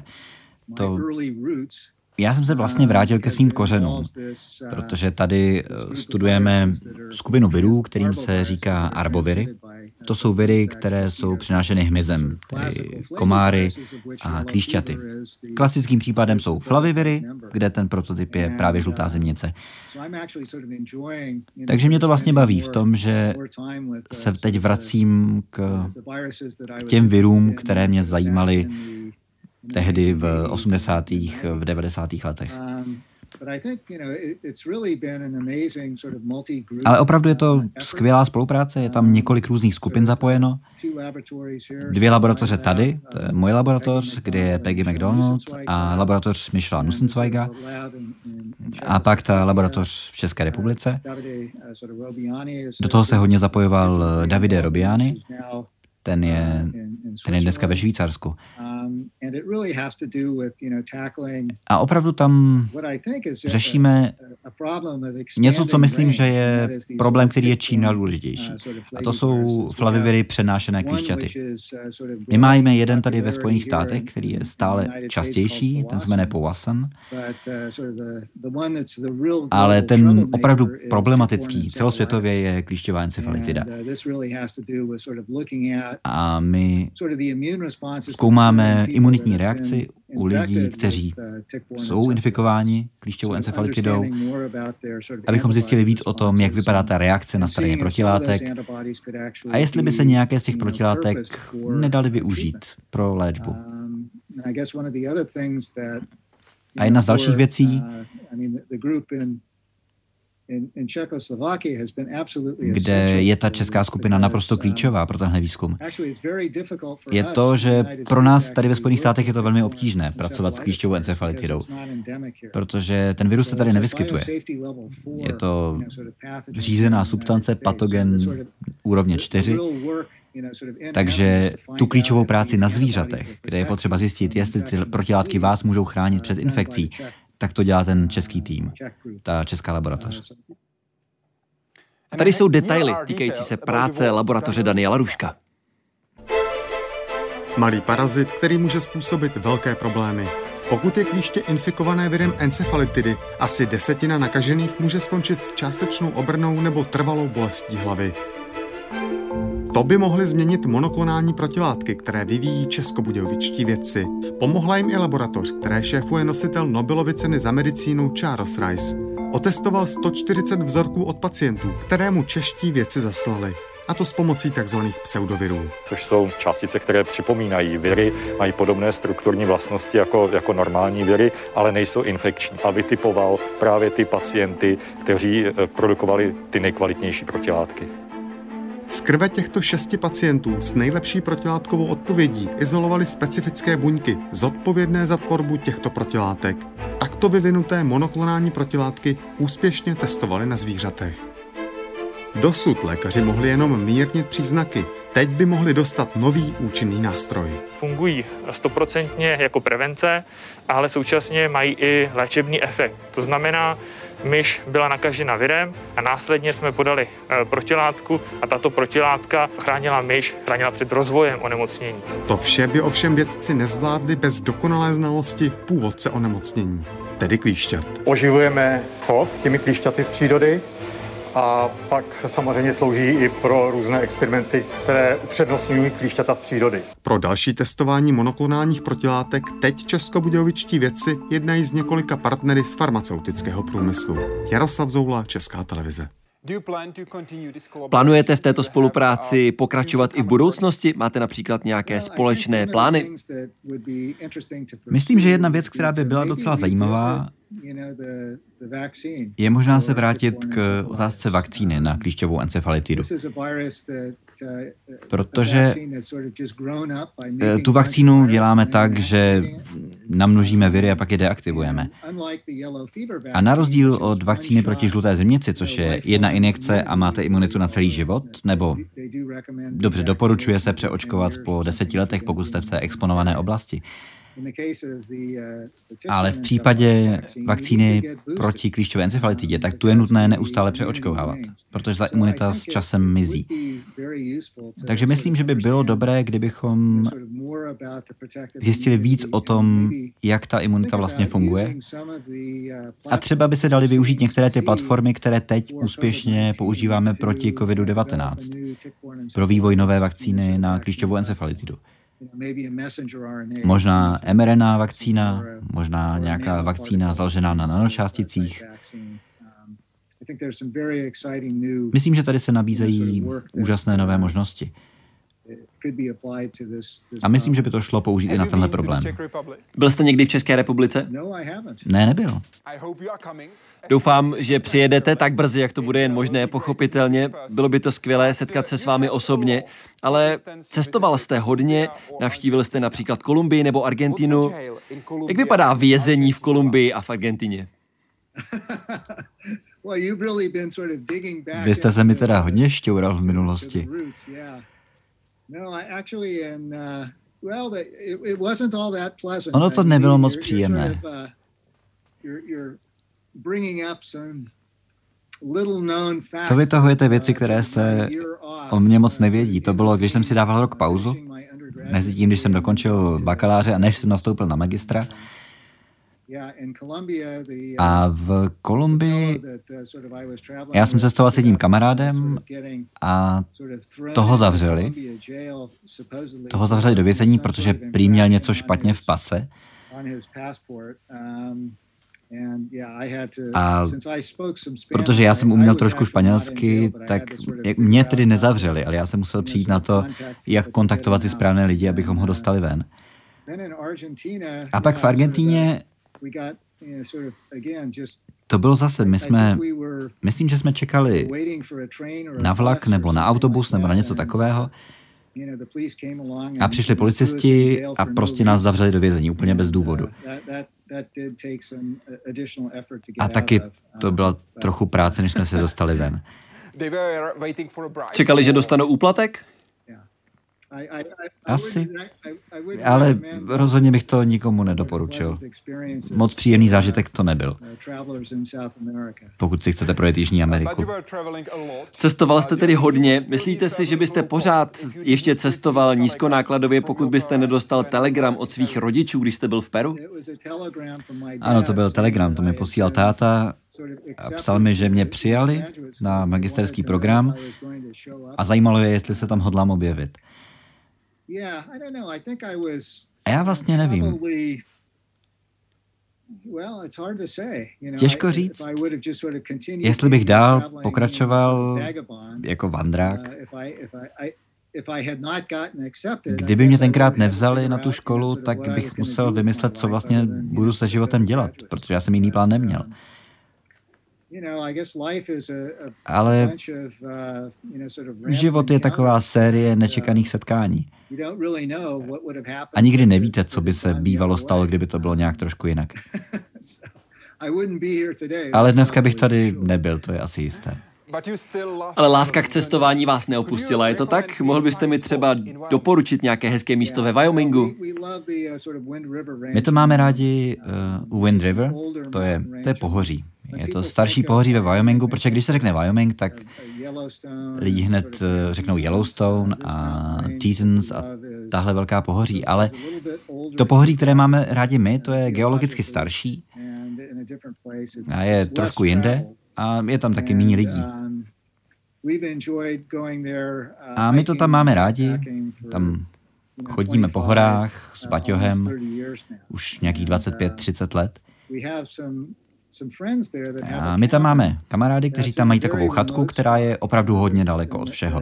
Já jsem se vlastně vrátil ke svým kořenům, protože tady studujeme skupinu virů, kterým se říká arboviry. To jsou viry, které jsou přinášeny hmyzem, tedy komáry a klíšťaty. Klasickým případem jsou flaviviry, kde ten prototyp je právě žlutá zimnice. Takže mě to vlastně baví v tom, že se teď vracím k těm virům, které mě zajímaly tehdy v 80. v 90. letech. Ale opravdu je to skvělá spolupráce, je tam několik různých skupin zapojeno. 2 laboratoře tady, to je moje laboratoř, kde je Peggy McDonald a laboratoř Michela Nussenzweiga a pak ta laboratoř v České republice. Do toho se hodně zapojoval Davide Robiani, ten je dneska ve Švýcarsku. A opravdu tam řešíme něco, co myslím, že je problém, který je čím dál důležitější. A to jsou flaviviry přenášené klíšťaty. My máme jeden tady ve Spojených státech, který je stále častější, ten se jmenuje Powassan. Ale ten opravdu problematický celosvětově je klíšťová encefalitida. A my zkoumáme imunitní reakci u lidí, kteří jsou infikováni klíšťovou encefalitidou, abychom zjistili víc o tom, jak vypadá ta reakce na straně protilátek a jestli by se nějaké z těch protilátek nedaly využít pro léčbu. A jedna z dalších věcí, kde je ta česká skupina naprosto klíčová pro tenhle výzkum, je to, že pro nás tady ve Spojených státech je to velmi obtížné pracovat s klíšťovou encefalitidou, protože ten virus se tady nevyskytuje. Je to řízená substance, patogen úrovně 4, takže tu klíčovou práci na zvířatech, kde je potřeba zjistit, jestli ty protilátky vás můžou chránit před infekcí, tak to dělá ten český tým, ta česká laboratoř. A tady jsou detaily týkající se práce laboratoře Daniela Růžka. Malý parazit, který může způsobit velké problémy. Pokud je klíště infikované virem encefalitidy, asi 10% nakažených může skončit s částečnou obrnou nebo trvalou bolestí hlavy. To by mohly změnit monoklonální protilátky, které vyvíjí českobudějovičtí vědci. Pomohla jim i laboratoř, které šéfuje nositel Nobelovy ceny za medicínu Charles Rice. Otestoval 140 vzorků od pacientů, které mu čeští vědci zaslali. A to s pomocí tzv. Pseudovirů. Což jsou částice, které připomínají viry, mají podobné strukturní vlastnosti jako normální viry, ale nejsou infekční. A vytipoval právě ty pacienty, kteří produkovali ty nejkvalitnější protilátky. Z krve těchto 6 pacientů s nejlepší protilátkovou odpovědí izolovali specifické buňky zodpovědné za tvorbu těchto protilátek. Takto vyvinuté monoklonální protilátky úspěšně testovali na zvířatech. Dosud lékaři mohli jenom mírnit příznaky, teď by mohli dostat nový účinný nástroj. Fungují 100% jako prevence, ale současně mají i léčebný efekt. To znamená, myš byla nakažena virem a následně jsme podali protilátku a tato protilátka chránila myš, chránila před rozvojem onemocnění. To vše by ovšem vědci nezvládli bez dokonalé znalosti původce onemocnění, tedy klíšťat. Oživujeme chov těmi klíšťaty z přírody a pak samozřejmě slouží i pro různé experimenty, které upřednostňují klíšťata z přírody. Pro další testování monoklonálních protilátek teď českobudějovičtí vědci jednají s několika partnery z farmaceutického průmyslu. Jaroslav Zoula, Česká televize. Plánujete v této spolupráci pokračovat i v budoucnosti? Máte například nějaké společné plány? Myslím, že jedna věc, která by byla docela zajímavá, je možná se vrátit k otázce vakcíny na klíšťovou encefalitidu. Protože tu vakcínu děláme tak, že namnožíme viry a pak je deaktivujeme. A na rozdíl od vakcíny proti žluté zimnici, což je jedna injekce a máte imunitu na celý život, nebo dobře, doporučuje se přeočkovat po 10 letech, pokud jste v té exponované oblasti. Ale v případě vakcíny proti klíšťové encefalitidě, tak tu je nutné neustále přeočkovávat, protože ta imunita s časem mizí. Takže myslím, že by bylo dobré, kdybychom zjistili víc o tom, jak ta imunita vlastně funguje. A třeba by se daly využít některé ty platformy, které teď úspěšně používáme proti COVID-19 pro vývoj nové vakcíny na klíšťovou encefalitidu. Možná mRNA vakcína, možná nějaká vakcína založená na nanočásticích. Myslím, že tady se nabízejí úžasné nové možnosti. A myslím, že by to šlo použít i na tenhle problém. Byl jste někdy v České republice? Ne, nebyl. Doufám, že přijedete tak brzy, jak to bude jen možné, pochopitelně. Bylo by to skvělé setkat se s vámi osobně, ale cestoval jste hodně, navštívil jste například Kolumbii nebo Argentinu. Jak vypadá vězení v Kolumbii a v Argentině? Vy jste se mi teda hodně šťoural v minulosti. Ono to nebylo moc příjemné. To vytahujete věci, které se o mně moc nevědí. To bylo, když jsem si dával rok pauzu, mezi tím, když jsem dokončil bakaláře a než jsem nastoupil na magistra. A v Kolumbii já jsem cestoval s jedním kamarádem a toho zavřeli. Toho zavřeli do vězení, protože prý měl něco špatně v pase. A protože já jsem uměl trošku španělsky, tak mě tedy nezavřeli, ale já jsem musel přijít na to, jak kontaktovat ty správné lidi, abychom ho dostali ven. A pak v Argentíně to bylo zase, myslím, že jsme čekali na vlak nebo na autobus nebo na něco takového a přišli policisti a prostě nás zavřeli do vězení úplně bez důvodu. A taky to byla trochu práce, než jsme se dostali ven. Čekali, že dostanou úplatek? Asi, ale rozhodně bych to nikomu nedoporučil. Moc příjemný zážitek to nebyl, pokud si chcete projet Jižní Ameriku. Cestoval jste tedy hodně. Myslíte si, že byste pořád ještě cestoval nízkonákladově, pokud byste nedostal telegram od svých rodičů, když jste byl v Peru? Ano, to byl telegram, to mi posílal táta a psal mi, že mě přijali na magisterský program a zajímalo je, jestli se tam hodlám objevit. A já vlastně nevím. Těžko říct, jestli bych dál pokračoval jako vandrák. Kdyby mě tenkrát nevzali na tu školu, tak bych musel vymyslet, co vlastně budu se životem dělat, protože já jsem jiný plán neměl. Ale život je taková série nečekaných setkání. A nikdy nevíte, co by se bývalo stalo, kdyby to bylo nějak trošku jinak. Ale dneska bych tady nebyl, to je asi jisté. Ale láska k cestování vás neopustila, je to tak? Mohl byste mi třeba doporučit nějaké hezké místo ve Wyomingu? My to máme rádi u Wind River, to je pohoří. Je to starší pohoří ve Wyomingu, protože když se řekne Wyoming, tak lidi hned řeknou Yellowstone a Tetons a tahle velká pohoří, ale to pohoří, které máme rádi my, to je geologicky starší a je trošku jinde a je tam taky méně lidí. A my to tam máme rádi, tam chodíme po horách s baťohem už nějakých 25-30 let. A my tam máme kamarády, kteří tam mají takovou chatku, která je opravdu hodně daleko od všeho.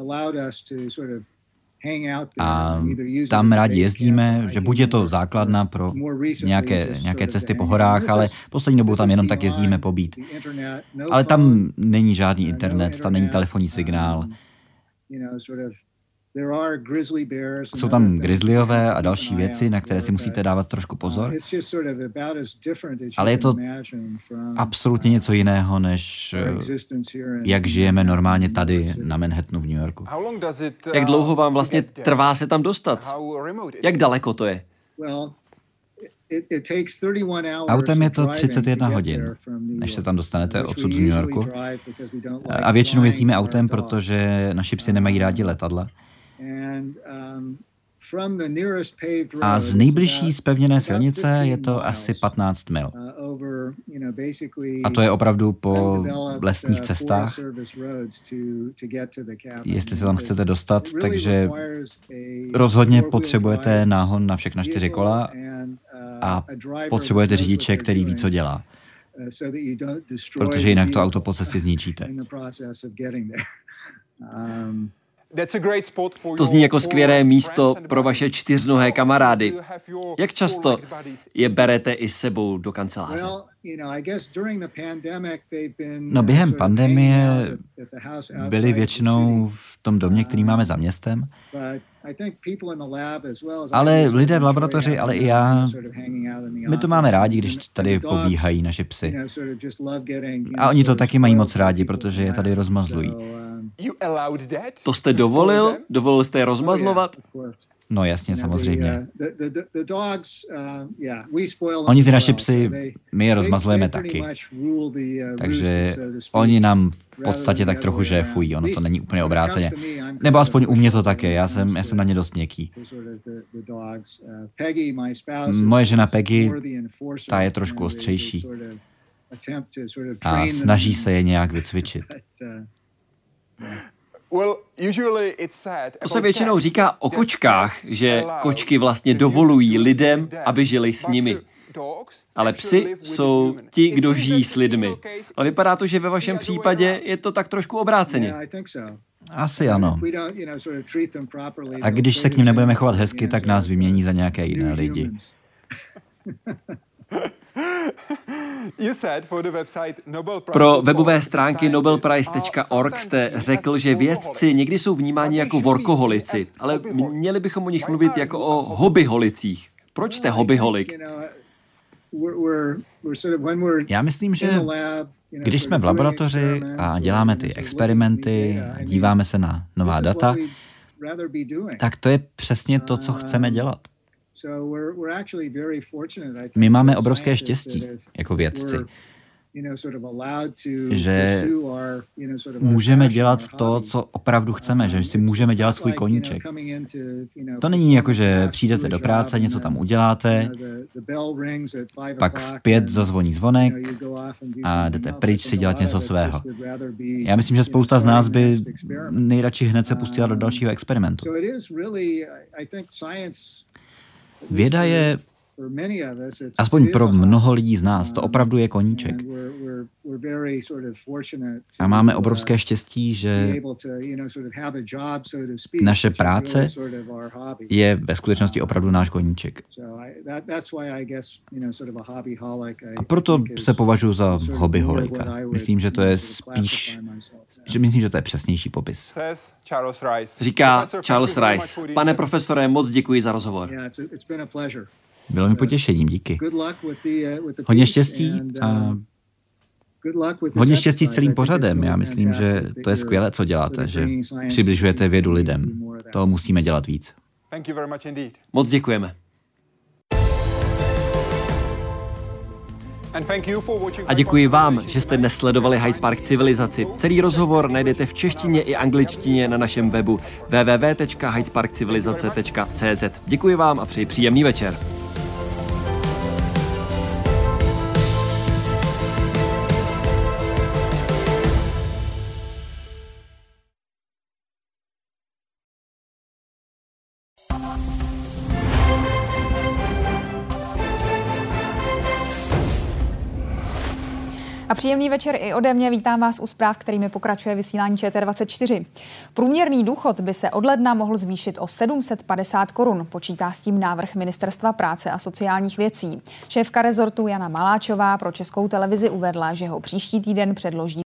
A tam rádi jezdíme, že buď je to základna pro nějaké cesty po horách, ale poslední dobou tam jenom tak jezdíme pobít. Ale tam není žádný internet, tam není telefonní signál. Jsou tam grizzlyové a další věci, na které si musíte dávat trošku pozor. Ale je to absolutně něco jiného, než jak žijeme normálně tady na Manhattanu v New Yorku. Jak dlouho vám vlastně trvá se tam dostat? Jak daleko to je? Autem je to 31 hodin, než se tam dostanete odsud z New Yorku. A většinou jezdíme autem, protože naši psi nemají rádi letadla. A z nejbližší zpevněné silnice je to asi 15 mil. A to je opravdu po lesních cestách, jestli se tam chcete dostat, takže rozhodně potřebujete náhon na všechna 4 kola a potřebujete řidiče, který ví, co dělá. Protože jinak to auto po cestě zničíte. To zní jako skvělé místo pro vaše 4nohé kamarády. Jak často je berete i s sebou do kanceláře? No během pandemie byli většinou v tom domě, který máme za městem. Ale lidé v laboratoři, ale i já, my to máme rádi, když tady pobíhají naše psy. A oni to taky mají moc rádi, protože je tady rozmazlují. To jste dovolil? Dovolil jste je rozmazlovat? No jasně, samozřejmě. Oni ty naše psy, my je rozmazlujeme taky. Takže oni nám v podstatě tak trochu šéfují, ono to není úplně obráceně. Nebo aspoň u mě to také, já jsem na ně dost měkký. Moje žena Peggy, ta je trošku ostřejší. A snaží se je nějak vycvičit. To se většinou říká o kočkách, že kočky vlastně dovolují lidem, aby žili s nimi. Ale psi jsou ti, kdo žijí s lidmi. Ale vypadá to, že ve vašem případě je to tak trošku obráceně. Asi ano. A když se k nim nebudeme chovat hezky, tak nás vymění za nějaké jiné lidi. Pro webové stránky nobelprize.org jste řekl, že vědci někdy jsou vnímáni jako workoholici, ale měli bychom o nich mluvit jako o hobbyholicích. Proč jste hobbyholik? Já myslím, že když jsme v laboratoři a děláme ty experimenty, díváme se na nová data, tak to je přesně to, co chceme dělat. My máme obrovské štěstí jako vědci, že můžeme dělat to, co opravdu chceme, že si můžeme dělat svůj koníček. To není jako, že přijdete do práce, něco tam uděláte, pak v 5 zazvoní zvonek a jdete pryč si dělat něco svého. Já myslím, že spousta z nás by nejradši hned se pustila do dalšího experimentu. Věda je, aspoň pro mnoho lidí z nás, to opravdu je koníček. A máme obrovské štěstí, že naše práce je ve skutečnosti opravdu náš koníček. A proto se považuji za hobbyholika. Myslím, že to je přesnější popis. Říká Charles Rice. Pane profesore, moc děkuji za rozhovor. Bylo mi potěšením, díky. Hodně štěstí a hodně štěstí s celým pořadem. Já myslím, že to je skvělé, co děláte, že přibližujete vědu lidem. To musíme dělat víc. Moc děkujeme. A děkuji vám, že jste dnes sledovali Hyde Park Civilizaci. Celý rozhovor najdete v češtině i angličtině na našem webu www.hydeparkcivilizace.cz. Děkuji vám a přeji příjemný večer. A příjemný večer i ode mě. Vítám vás u zpráv, kterými pokračuje vysílání ČT24. Průměrný důchod by se od ledna mohl zvýšit o 750 korun. Počítá s tím návrh Ministerstva práce a sociálních věcí. Šéfka rezortu Jana Maláčová pro Českou televizi uvedla, že ho příští týden předloží